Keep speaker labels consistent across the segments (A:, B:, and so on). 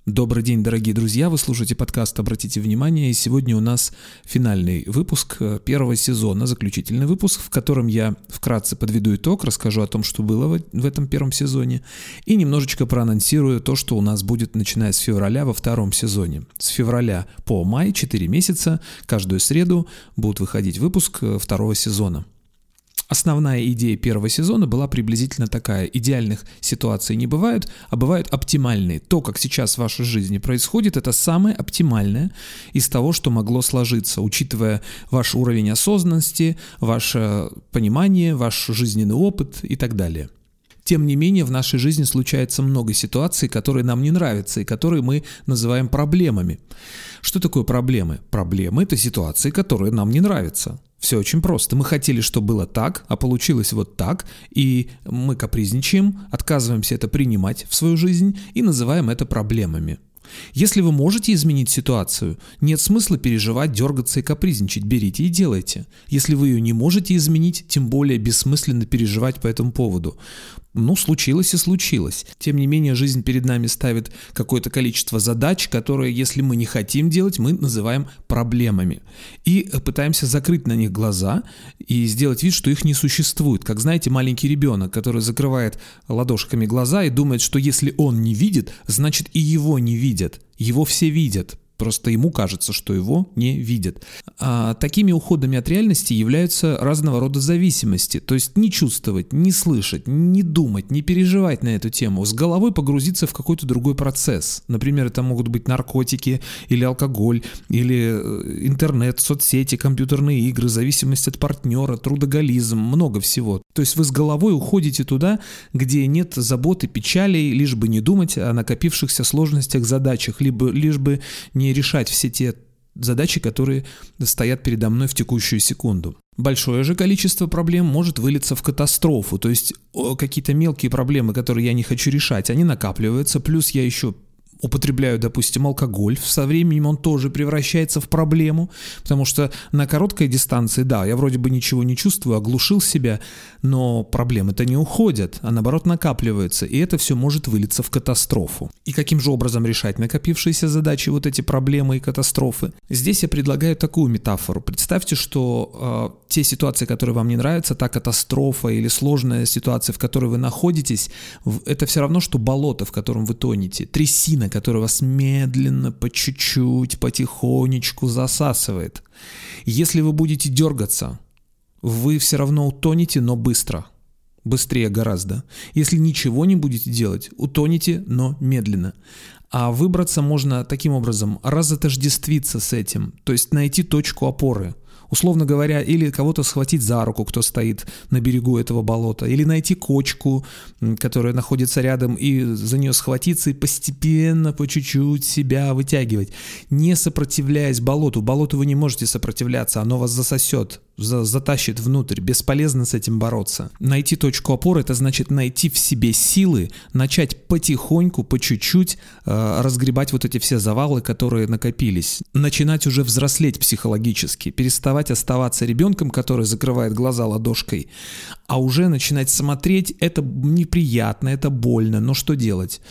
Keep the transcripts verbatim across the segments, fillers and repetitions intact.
A: Добрый день, дорогие друзья, вы слушаете подкаст «Обратите внимание», и сегодня у нас финальный выпуск первого сезона, заключительный выпуск, в котором я вкратце подведу итог, расскажу о том, что было в этом первом сезоне, и немножечко проанонсирую то, что у нас будет, начиная с февраля во втором сезоне. С февраля по май, четыре месяца, каждую среду будут выходить выпуск второго сезона. Основная идея первого сезона была приблизительно такая. Идеальных ситуаций не бывает, а бывают оптимальные. То, как сейчас в вашей жизни происходит, это самое оптимальное из того, что могло сложиться, учитывая ваш уровень осознанности, ваше понимание, ваш жизненный опыт и так далее. Тем не менее, в нашей жизни случается много ситуаций, которые нам не нравятся и которые мы называем проблемами. Что такое проблемы? Проблемы – это ситуации, которые нам не нравятся. Все очень просто. Мы хотели, чтобы было так, а получилось вот так, и мы капризничаем, отказываемся это принимать в свою жизнь и называем это проблемами. Если вы можете изменить ситуацию, нет смысла переживать, дергаться и капризничать. Берите и делайте. Если вы ее не можете изменить, тем более бессмысленно переживать по этому поводу. Ну, случилось и случилось. Тем не менее, жизнь перед нами ставит какое-то количество задач, которые, если мы не хотим делать, мы называем проблемами. И пытаемся закрыть на них глаза и сделать вид, что их не существует. Как, знаете, маленький ребенок, который закрывает ладошками глаза и думает, что если он не видит, значит и его не видят. Его все видят. Просто ему кажется, что его не видят. А такими уходами от реальности являются разного рода зависимости. То есть не чувствовать, не слышать, не думать, не переживать на эту тему. С головой погрузиться в какой-то другой процесс. Например, это могут быть наркотики, или алкоголь, или интернет, соцсети, компьютерные игры, зависимость от партнера, трудоголизм, много всего. То есть вы с головой уходите туда, где нет заботы, печалей, лишь бы не думать о накопившихся сложностях, задачах, либо лишь бы не решать все те задачи, которые стоят передо мной в текущую секунду. Большое же количество проблем может вылиться в катастрофу, то есть какие-то мелкие проблемы, которые я не хочу решать, они накапливаются, плюс я еще употребляю, допустим, алкоголь, со временем он тоже превращается в проблему, потому что на короткой дистанции, да, я вроде бы ничего не чувствую, оглушил себя, но проблемы-то не уходят, а наоборот накапливаются, и это все может вылиться в катастрофу. И каким же образом решать накопившиеся задачи, вот эти проблемы и катастрофы? Здесь я предлагаю такую метафору. Представьте, что э, те ситуации, которые вам не нравятся, та катастрофа или сложная ситуация, в которой вы находитесь, это все равно, что болото, в котором вы тонете, трясина, который вас медленно, по чуть-чуть, потихонечку засасывает. Если вы будете дергаться, вы все равно утонете, но быстро. Быстрее гораздо. Если ничего не будете делать, утонете, но медленно. А выбраться можно таким образом, разотождествиться с этим, то есть найти точку опоры. Условно говоря, или кого-то схватить за руку, кто стоит на берегу этого болота, или найти кочку, которая находится рядом, и за нее схватиться и постепенно, по чуть-чуть себя вытягивать, не сопротивляясь болоту. Болоту вы не можете сопротивляться, оно вас засосет, за- затащит внутрь, бесполезно с этим бороться. Найти точку опоры – это значит найти в себе силы, начать потихоньку, по чуть-чуть э, разгребать вот эти все завалы, которые накопились, начинать уже взрослеть психологически, переставать оставаться ребенком, который закрывает глаза ладошкой, а уже начинать смотреть. Это неприятно, это больно, но что делать?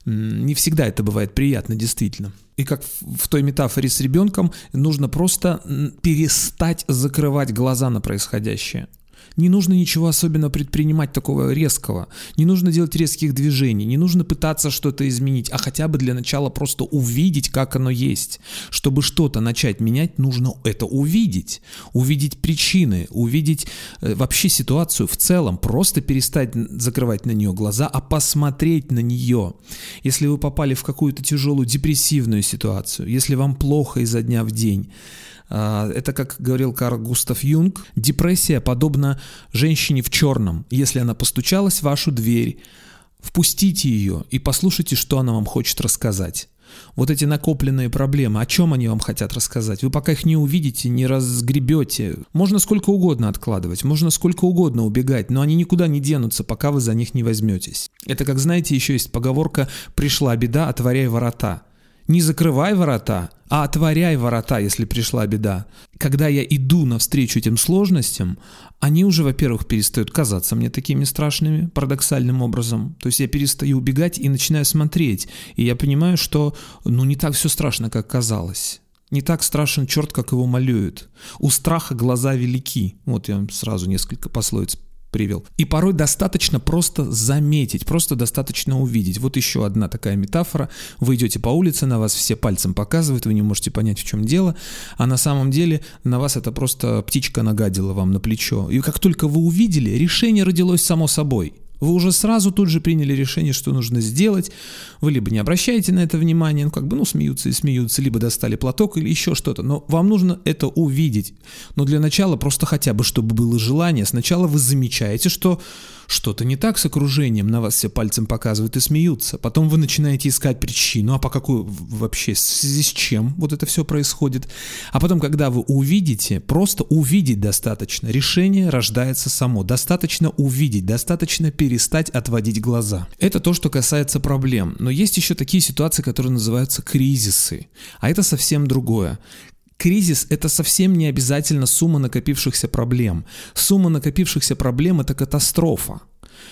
A: Не всегда это бывает приятно, действительно. И как в той метафоре с ребенком, нужно просто перестать закрывать глаза на происходящее. Не нужно ничего особенно предпринимать такого резкого, не нужно делать резких движений, не нужно пытаться что-то изменить, а хотя бы для начала просто увидеть, как оно есть. Чтобы что-то начать менять, нужно это увидеть, увидеть причины, увидеть э, вообще ситуацию в целом, просто перестать закрывать на нее глаза, а посмотреть на нее. Если вы попали в какую-то тяжелую депрессивную ситуацию, если вам плохо изо дня в день, это, как говорил Карл Густав Юнг, депрессия подобна женщине в черном. Если она постучалась в вашу дверь, впустите ее и послушайте, что она вам хочет рассказать. Вот эти накопленные проблемы, о чем они вам хотят рассказать? Вы пока их не увидите, не разгребете. Можно сколько угодно откладывать, можно сколько угодно убегать, но они никуда не денутся, пока вы за них не возьметесь. Это, как знаете, еще есть поговорка «пришла беда, отворяй ворота». Не закрывай ворота, а отворяй ворота, если пришла беда. Когда я иду навстречу этим сложностям, они уже, во-первых, перестают казаться мне такими страшными, парадоксальным образом. То есть я перестаю убегать и начинаю смотреть. И я понимаю, что ну не так все страшно, как казалось. Не так страшен черт, как его малюют. У страха глаза велики. Вот я сразу несколько пословиц привел. И порой достаточно просто заметить, просто достаточно увидеть. Вот еще одна такая метафора. Вы идете по улице, на вас все пальцем показывают, вы не можете понять, в чем дело, а на самом деле на вас это просто птичка нагадила вам на плечо. И как только вы увидели, решение родилось само собой. Вы уже сразу тут же приняли решение, что нужно сделать. Вы либо не обращаете на это внимания, ну как бы, ну смеются и смеются, либо достали платок или еще что-то. Но вам нужно это увидеть. Но для начала просто хотя бы, чтобы было желание, сначала вы замечаете, что что-то не так с окружением, на вас все пальцем показывают и смеются. Потом вы начинаете искать причину, а по какой вообще, в связи с чем вот это все происходит. А потом, когда вы увидите, просто увидеть достаточно. Решение рождается само. Достаточно увидеть, достаточно перестать отводить глаза. Это то, что касается проблем. Но есть еще такие ситуации, которые называются кризисы. А это совсем другое. Кризис – это совсем не обязательно сумма накопившихся проблем. Сумма накопившихся проблем – это катастрофа.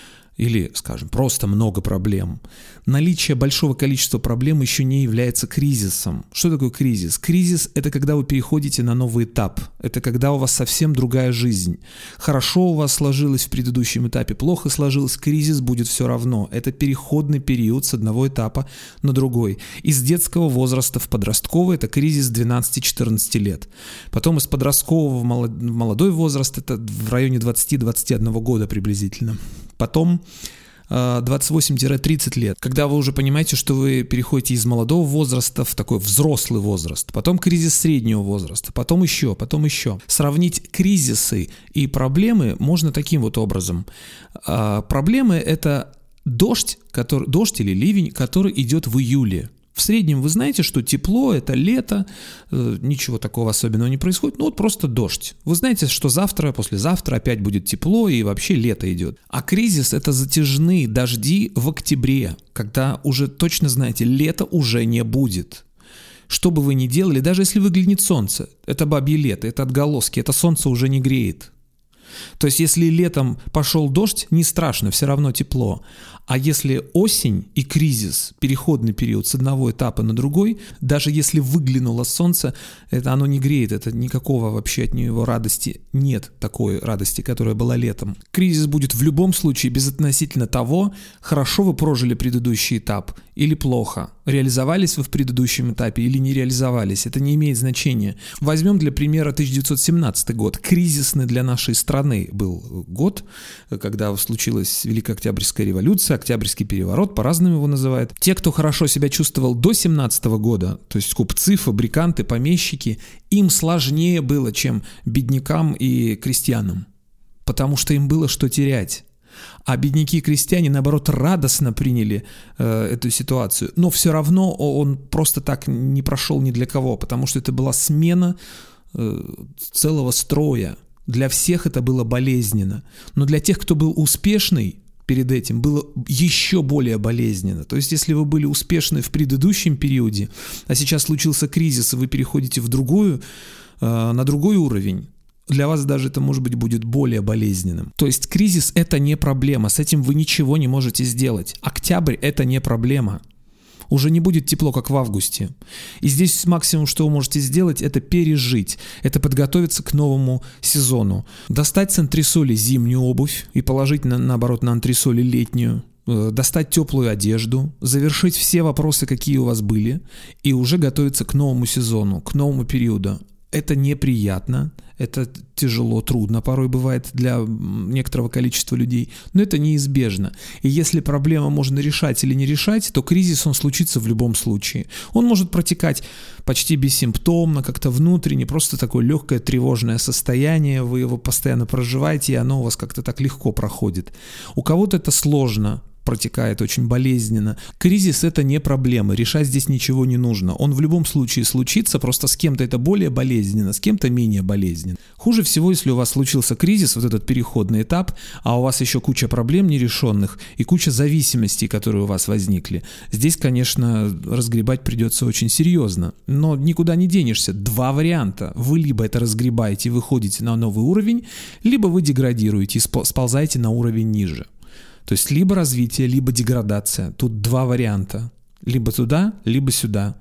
A: Или, скажем, просто много проблем. Наличие большого количества проблем еще не является кризисом. Что такое кризис? Кризис – это когда вы переходите на новый этап. Это когда у вас совсем другая жизнь. Хорошо у вас сложилось в предыдущем этапе, плохо сложилось, кризис будет все равно. Это переходный период с одного этапа на другой. Из детского возраста в подростковый – это кризис двенадцати-четырнадцати лет. Потом из подросткового в молодой возраст – это в районе двадцати-двадцати одного года приблизительно. Потом двадцать восемь-тридцать лет, когда вы уже понимаете, что вы переходите из молодого возраста в такой взрослый возраст, потом кризис среднего возраста, потом еще, потом еще. Сравнить кризисы и проблемы можно таким вот образом. Проблемы – это дождь, который, дождь или ливень, который идет в июле. В среднем вы знаете, что тепло, это лето, э, ничего такого особенного не происходит, ну вот просто дождь. Вы знаете, что завтра, послезавтра опять будет тепло и вообще лето идет. А кризис – это затяжные дожди в октябре, когда уже точно знаете, лета уже не будет. Что бы вы ни делали, даже если выглянет солнце, это бабье лето, это отголоски, это солнце уже не греет. То есть, если летом пошел дождь, не страшно, все равно тепло. А если осень и кризис, переходный период с одного этапа на другой, даже если выглянуло солнце, это оно не греет, это никакого вообще от него радости нет, такой радости, которая была летом. Кризис будет в любом случае безотносительно того, хорошо вы прожили предыдущий этап или плохо, реализовались вы в предыдущем этапе или не реализовались, это не имеет значения. Возьмем для примера тысяча девятьсот семнадцатый год, кризисный для нашей страны был год, когда случилась Великая Октябрьская революция, Октябрьский переворот, по-разному его называют. Те, кто хорошо себя чувствовал до семнадцатого года, то есть купцы, фабриканты, помещики, им сложнее было, чем беднякам и крестьянам, потому что им было что терять. А бедняки и крестьяне, наоборот, радостно приняли э, эту ситуацию. Но все равно он просто так не прошел ни для кого, потому что это была смена э, целого строя. Для всех это было болезненно. Но для тех, кто был успешный перед этим, было еще более болезненно. То есть, если вы были успешны в предыдущем периоде, а сейчас случился кризис, и вы переходите в другую, э, на другой уровень, для вас даже это, может быть, будет более болезненным. То есть кризис – это не проблема, с этим вы ничего не можете сделать. Октябрь – это не проблема. Уже не будет тепло, как в августе. И здесь максимум, что вы можете сделать, это пережить, это подготовиться к новому сезону. Достать с антресоли зимнюю обувь и положить, на, наоборот, на антресоли летнюю. Достать теплую одежду, завершить все вопросы, какие у вас были, и уже готовиться к новому сезону, к новому периоду. Это неприятно, это тяжело, трудно порой бывает для некоторого количества людей, но это неизбежно. И если проблему можно решать или не решать, то кризис, он случится в любом случае. Он может протекать почти бессимптомно, как-то внутренне, просто такое легкое тревожное состояние, вы его постоянно проживаете, и оно у вас как-то так легко проходит. У кого-то это сложно, протекает очень болезненно. Кризис — это не проблема, решать здесь ничего не нужно. Он в любом случае случится, просто с кем-то это более болезненно, с кем-то менее болезненно. Хуже всего, если у вас случился кризис, вот этот переходный этап, а у вас еще куча проблем нерешенных и куча зависимостей, которые у вас возникли. Здесь, конечно, разгребать придется очень серьезно, но никуда не денешься. Два варианта. Вы либо это разгребаете и выходите на новый уровень, либо вы деградируете и сползаете на уровень ниже. То есть либо развитие, либо деградация. Тут два варианта. Либо туда, либо сюда.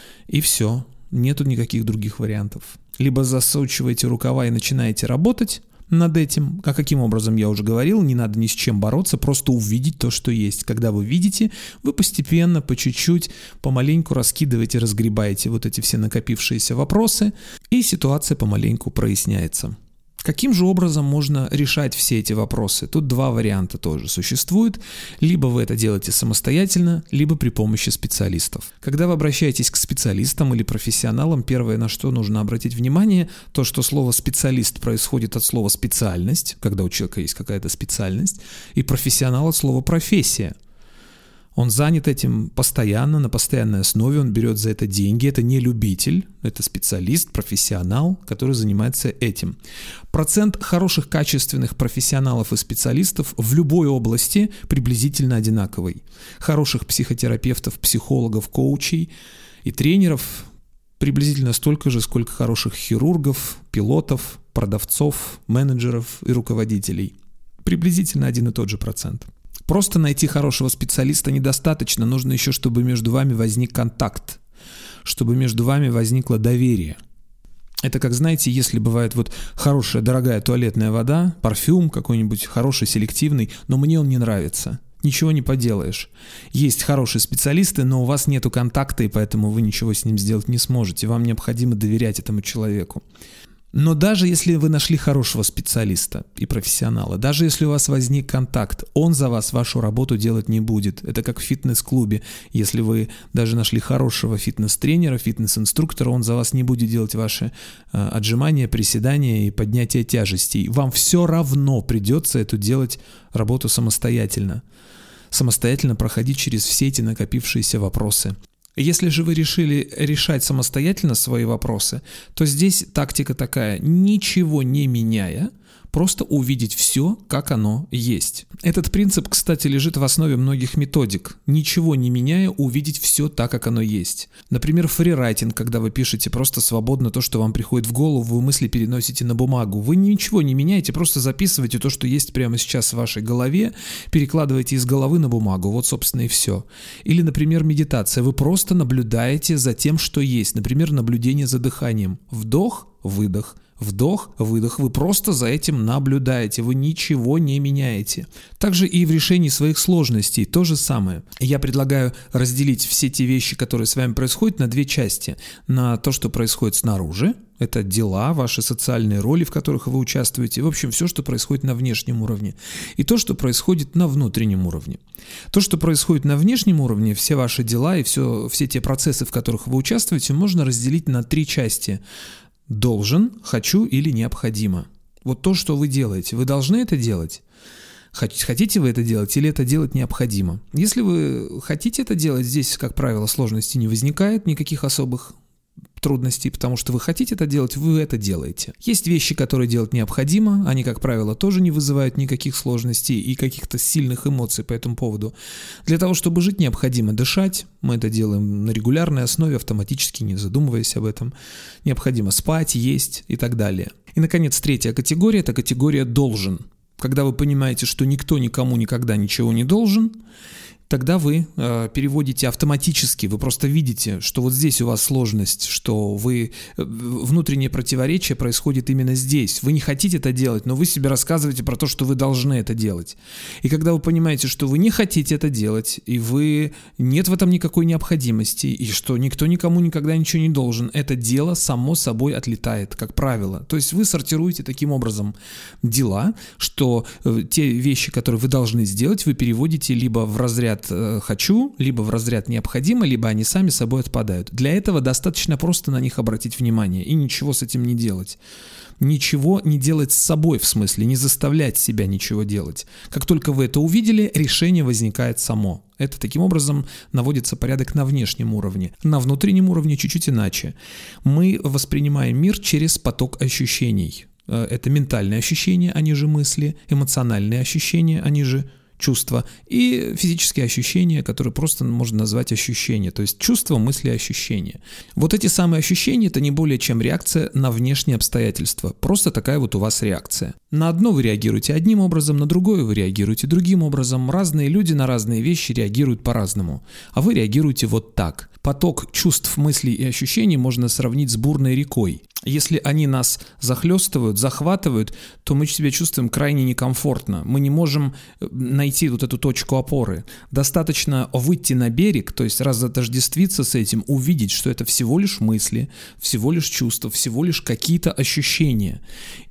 A: И все. Нету никаких других вариантов. Либо засучиваете рукава и начинаете работать над этим. А каким образом, я уже говорил, не надо ни с чем бороться, просто увидеть то, что есть. Когда вы видите, вы постепенно, по чуть-чуть, помаленьку раскидываете, разгребаете вот эти все накопившиеся вопросы, и ситуация помаленьку проясняется. Каким же образом можно решать все эти вопросы? Тут два варианта тоже существуют. Либо вы это делаете самостоятельно, либо при помощи специалистов. Когда вы обращаетесь к специалистам или профессионалам, первое, на что нужно обратить внимание, то, что слово «специалист» происходит от слова «специальность», когда у человека есть какая-то специальность, и профессионал от слова «профессия». Он занят этим постоянно, на постоянной основе, он берет за это деньги. Это не любитель, это специалист, профессионал, который занимается этим. Процент хороших, качественных профессионалов и специалистов в любой области приблизительно одинаковый. Хороших психотерапевтов, психологов, коучей и тренеров приблизительно столько же, сколько хороших хирургов, пилотов, продавцов, менеджеров и руководителей. Приблизительно один и тот же процент. Просто найти хорошего специалиста недостаточно, нужно еще, чтобы между вами возник контакт, чтобы между вами возникло доверие. Это как, знаете, если бывает вот хорошая, дорогая туалетная вода, парфюм какой-нибудь хороший, селективный, но мне он не нравится. Ничего не поделаешь. Есть хорошие специалисты, но у вас нету контакта, и поэтому вы ничего с ним сделать не сможете. Вам необходимо доверять этому человеку. Но даже если вы нашли хорошего специалиста и профессионала, даже если у вас возник контакт, он за вас вашу работу делать не будет. Это как в фитнес-клубе. Если вы даже нашли хорошего фитнес-тренера, фитнес-инструктора, он за вас не будет делать ваши э, отжимания, приседания и поднятия тяжестей. Вам все равно придется эту делать работу самостоятельно. Самостоятельно проходить через все эти накопившиеся вопросы. Если же вы решили решать самостоятельно свои вопросы, то здесь тактика такая: ничего не меняя, просто увидеть все, как оно есть. Этот принцип, кстати, лежит в основе многих методик. Ничего не меняя, увидеть все так, как оно есть. Например, фрирайтинг, когда вы пишете просто свободно то, что вам приходит в голову, вы мысли переносите на бумагу. Вы ничего не меняете, просто записываете то, что есть прямо сейчас в вашей голове, перекладываете из головы на бумагу. Вот, собственно, и все. Или, например, медитация. Вы просто наблюдаете за тем, что есть. Например, наблюдение за дыханием. Вдох, выдох. Вдох, выдох, вы просто за этим наблюдаете, вы ничего не меняете. Также и в решении своих сложностей то же самое. Я предлагаю разделить все те вещи, которые с вами происходят, на две части. На то, что происходит снаружи, это дела, ваши социальные роли, в которых вы участвуете, в общем, все, что происходит на внешнем уровне. И то, что происходит на внутреннем уровне. То, что происходит на внешнем уровне, все ваши дела и все, все те процессы, в которых вы участвуете, можно разделить на три части. Должен, хочу или необходимо. Вот то, что вы делаете. Вы должны это делать? Хотите вы это делать или это делать необходимо? Если вы хотите это делать, здесь, как правило, сложностей не возникает, никаких особых трудностей, потому что вы хотите это делать, вы это делаете. Есть вещи, которые делать необходимо, они, как правило, тоже не вызывают никаких сложностей и каких-то сильных эмоций по этому поводу. Для того, чтобы жить, необходимо дышать, мы это делаем на регулярной основе, автоматически, не задумываясь об этом. Необходимо спать, есть и так далее. И, наконец, третья категория – это категория «должен». Когда вы понимаете, что никто никому никогда ничего не должен, тогда вы э, переводите автоматически, вы просто видите, что вот здесь у вас сложность, что вы э, внутреннее противоречие происходит именно здесь. Вы не хотите это делать, но вы себе рассказываете про то, что вы должны это делать. И когда вы понимаете, что вы не хотите это делать, и вы нет в этом никакой необходимости, и что никто никому никогда ничего не должен, это дело само собой отлетает, как правило. То есть вы сортируете таким образом дела, что э, те вещи, которые вы должны сделать, вы переводите либо в разряд разряд э, «хочу», либо в разряд «необходимо», либо они сами собой отпадают. Для этого достаточно просто на них обратить внимание и ничего с этим не делать. Ничего не делать с собой, в смысле, не заставлять себя ничего делать. Как только вы это увидели, решение возникает само. Это таким образом наводится порядок на внешнем уровне. На внутреннем уровне чуть-чуть иначе. Мы воспринимаем мир через поток ощущений. Это ментальные ощущения, они же мысли, эмоциональные ощущения, они же чувства, и физические ощущения, которые просто можно назвать ощущения, то есть чувства, мысли, ощущения. Вот эти самые ощущения – это не более чем реакция на внешние обстоятельства, просто такая вот у вас реакция. На одно вы реагируете одним образом, на другое вы реагируете другим образом, разные люди на разные вещи реагируют по-разному, а вы реагируете вот так. Поток чувств, мыслей и ощущений можно сравнить с бурной рекой. Если они нас захлестывают, захватывают, то мы себя чувствуем крайне некомфортно. Мы не можем найти вот эту точку опоры. Достаточно выйти на берег, то есть разотождествиться с этим, увидеть, что это всего лишь мысли, всего лишь чувства, всего лишь какие-то ощущения.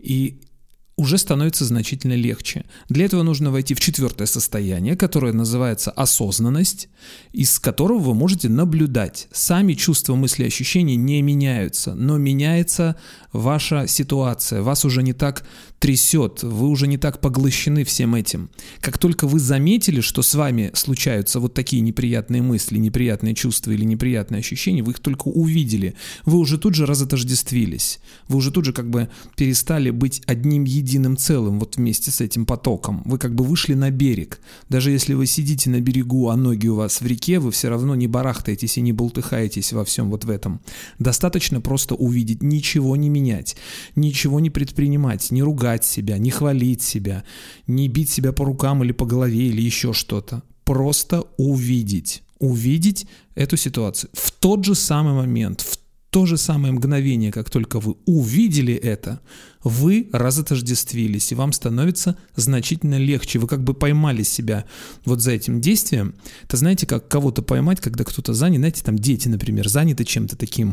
A: И уже становится значительно легче. Для этого нужно войти в четвертое состояние, которое называется осознанность, из которого вы можете наблюдать. Сами чувства, мысли, ощущения не меняются, но меняется ваша ситуация. Вас уже не так трясет, вы уже не так поглощены всем этим. Как только вы заметили, что с вами случаются вот такие неприятные мысли, неприятные чувства или неприятные ощущения, вы их только увидели, вы уже тут же разотождествились, вы уже тут же как бы перестали быть одним единым целым вот вместе с этим потоком. Вы как бы вышли на берег. Даже если вы сидите на берегу, а ноги у вас в реке, вы все равно не барахтаетесь и не болтыхаетесь во всем вот в этом. Достаточно просто увидеть, ничего не менять, ничего не предпринимать, не ругать себя, не хвалить себя, не бить себя по рукам или по голове или еще что-то. Просто увидеть. Увидеть эту ситуацию. В тот же самый момент, в то же самое мгновение, как только вы увидели это, вы разотождествились, и вам становится значительно легче. Вы как бы поймали себя вот за этим действием. Это знаете, как кого-то поймать, когда кто-то занят, знаете, там дети, например, заняты чем-то таким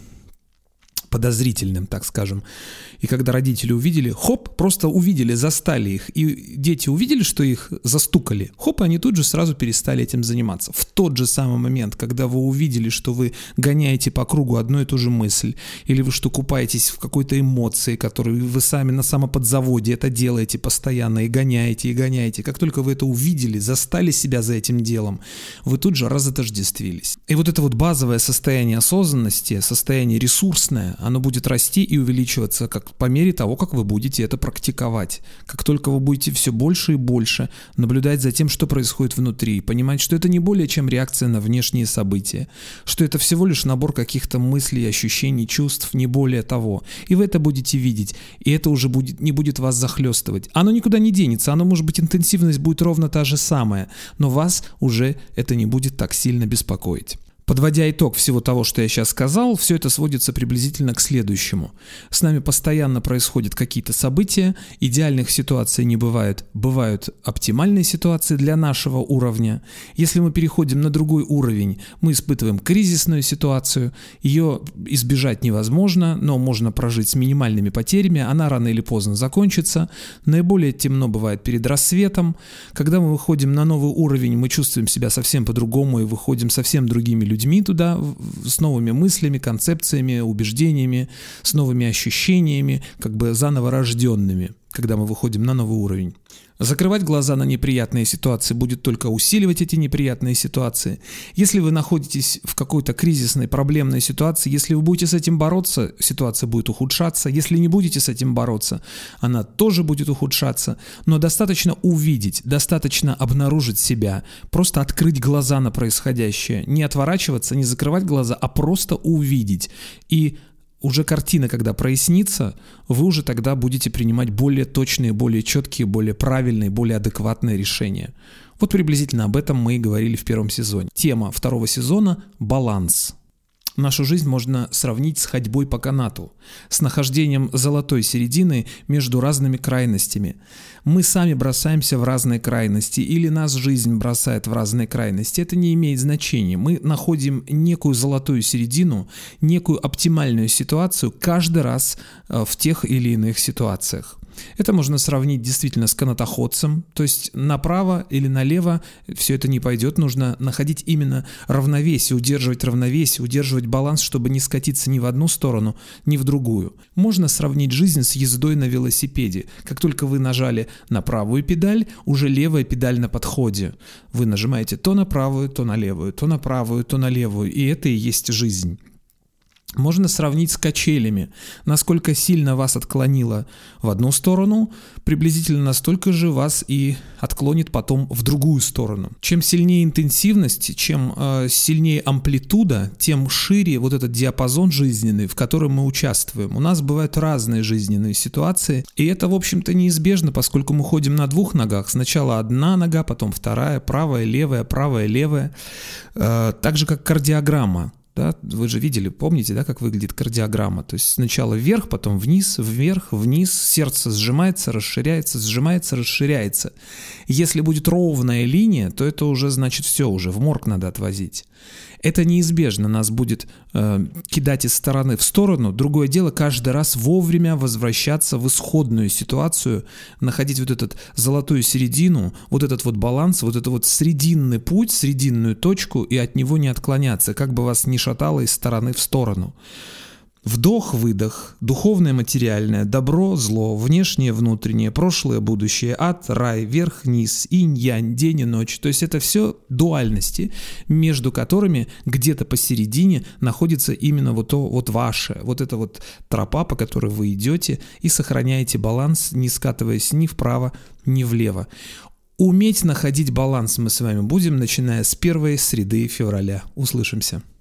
A: подозрительным, так скажем. И когда родители увидели, хоп, просто увидели, застали их, и дети увидели, что их застукали, хоп, и они тут же сразу перестали этим заниматься. В тот же самый момент, когда вы увидели, что вы гоняете по кругу одну и ту же мысль, или вы что купаетесь в какой-то эмоции, которую вы сами на самоподзаводе это делаете постоянно, и гоняете, и гоняете, как только вы это увидели, застали себя за этим делом, вы тут же разотождествились. И вот это вот базовое состояние осознанности, состояние ресурсное, оно будет расти и увеличиваться как по мере того, как вы будете это практиковать. Как только вы будете все больше и больше наблюдать за тем, что происходит внутри, понимать, что это не более чем реакция на внешние события, что это всего лишь набор каких-то мыслей, ощущений, чувств, не более того. И вы это будете видеть, и это уже будет, не будет вас захлестывать. Оно никуда не денется, оно, может быть, интенсивность будет ровно та же самая, но вас уже это не будет так сильно беспокоить. Подводя итог всего того, что я сейчас сказал, все это сводится приблизительно к следующему. С нами постоянно происходят какие-то события, идеальных ситуаций не бывает, бывают оптимальные ситуации для нашего уровня. Если мы переходим на другой уровень, мы испытываем кризисную ситуацию, ее избежать невозможно, но можно прожить с минимальными потерями, она рано или поздно закончится. Наиболее темно бывает перед рассветом. Когда мы выходим на новый уровень, мы чувствуем себя совсем по-другому и выходим совсем другими людьми. людьми туда, с новыми мыслями, концепциями, убеждениями, с новыми ощущениями, как бы заново рожденными, когда мы выходим на новый уровень. Закрывать глаза на неприятные ситуации будет только усиливать эти неприятные ситуации. Если вы находитесь в какой-то кризисной, проблемной ситуации, если вы будете с этим бороться, ситуация будет ухудшаться. Если не будете с этим бороться, она тоже будет ухудшаться. Но достаточно увидеть, достаточно обнаружить себя, просто открыть глаза на происходящее. Не отворачиваться, не закрывать глаза, а просто увидеть. И уже картина, когда прояснится, вы уже тогда будете принимать более точные, более четкие, более правильные, более адекватные решения. Вот приблизительно об этом мы и говорили в первом сезоне. Тема второго сезона – баланс. Нашу жизнь можно сравнить с ходьбой по канату, с нахождением золотой середины между разными крайностями. Мы сами бросаемся в разные крайности, или нас жизнь бросает в разные крайности. Это не имеет значения. Мы находим некую золотую середину, некую оптимальную ситуацию каждый раз в тех или иных ситуациях. Это можно сравнить действительно с канатоходцем, то есть направо или налево все это не пойдет, нужно находить именно равновесие, удерживать равновесие, удерживать баланс, чтобы не скатиться ни в одну сторону, ни в другую. Можно сравнить жизнь с ездой на велосипеде. Как только вы нажали на правую педаль, уже левая педаль на подходе. Вы нажимаете то на правую, то на левую, то на правую, то на левую, и это и есть жизнь. Можно сравнить с качелями. Насколько сильно вас отклонило в одну сторону, приблизительно настолько же вас и отклонит потом в другую сторону. Чем сильнее интенсивность, чем э, сильнее амплитуда, тем шире вот этот диапазон жизненный, в котором мы участвуем. У нас бывают разные жизненные ситуации, и это, в общем-то, неизбежно, поскольку мы ходим на двух ногах. Сначала одна нога, потом вторая, правая, левая, правая, левая. Э, так же, как кардиограмма. Да, вы же видели, помните, да, как выглядит кардиограмма? То есть сначала вверх, потом вниз, вверх, вниз, сердце сжимается, расширяется, сжимается, расширяется. Если будет ровная линия, то это уже значит все, уже в морг надо отвозить. Это неизбежно нас будет э, кидать из стороны в сторону. Другое дело, каждый раз вовремя возвращаться в исходную ситуацию, находить вот эту золотую середину, вот этот вот баланс, вот этот вот срединный путь, срединную точку, и от него не отклоняться, как бы вас ни шатало из стороны в сторону. Вдох-выдох, духовное, материальное, добро, зло, внешнее, внутреннее, прошлое, будущее, ад, рай, верх-низ, инь-янь, день и ночь. То есть это все дуальности, между которыми где-то посередине находится именно вот то вот ваше, вот эта вот тропа, по которой вы идете и сохраняете баланс, не скатываясь ни вправо, ни влево. Уметь находить баланс мы с вами будем, начиная с первой среды февраля. Услышимся.